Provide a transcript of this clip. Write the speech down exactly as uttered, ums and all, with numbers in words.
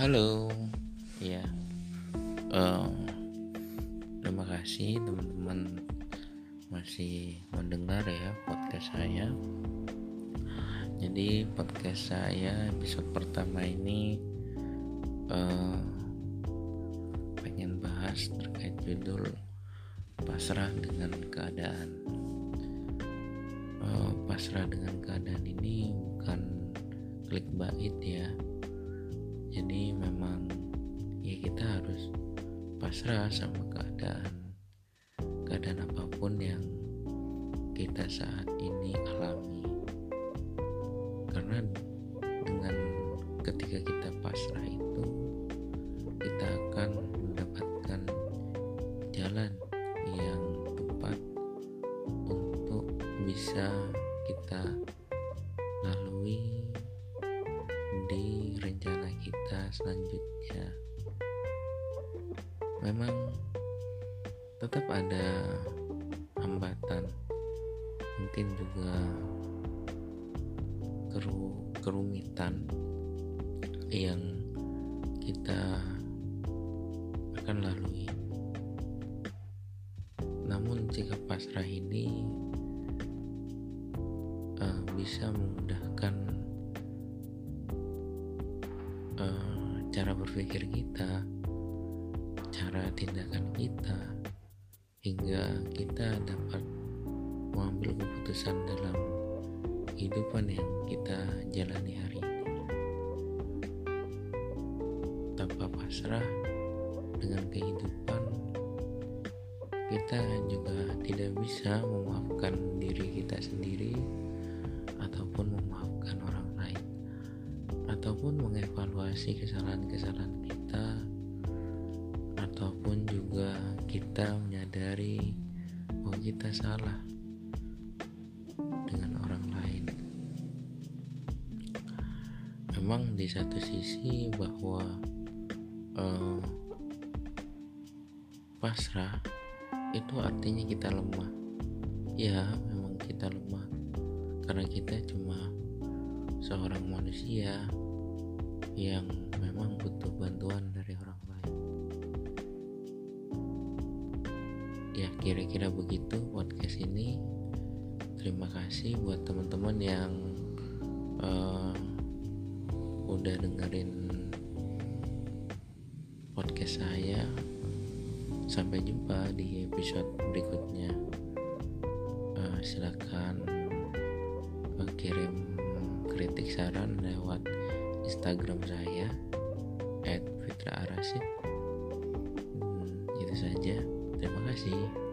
Halo, ya, eh, terima kasih teman-teman masih mendengar ya podcast saya. Jadi podcast saya episode pertama ini eh, pengen bahas terkait judul pasrah dengan keadaan. Eh, pasrah dengan keadaan ini bukan clickbait ya. Jadi memang ya kita harus pasrah sama keadaan keadaan apapun yang kita saat ini alami, karena dengan ketika kita pasrah itu kita akan mendapatkan jalan yang tepat untuk bisa kita lalui di rencana kita selanjutnya. Memang tetap ada hambatan, mungkin juga keru, kerumitan yang kita akan lalui. Namun sikap pasrah ini uh, bisa memudahkan Uh, cara berpikir kita, cara tindakan kita, hingga kita dapat mengambil keputusan dalam kehidupan yang kita jalani hari ini. Tanpa pasrah dengan kehidupan, kita juga tidak bisa memaafkan diri kita sendiri ataupun memaafkan orang lain, ataupun mengevaluasi kesalahan-kesalahan kita, ataupun juga kita menyadari bahwa kita salah dengan orang lain. Memang di satu sisi bahwa eh, pasrah itu artinya kita lemah. Ya, memang kita lemah karena kita cuma seorang manusia yang memang butuh bantuan dari orang lain. Ya, kira-kira begitu podcast ini. Terima kasih buat teman-teman yang uh, udah dengerin podcast saya. Sampai jumpa di episode berikutnya. Uh, silakan uh, kirim kritik saran lewat Instagram saya et fitra arasid. hmm, itu saja, terima kasih.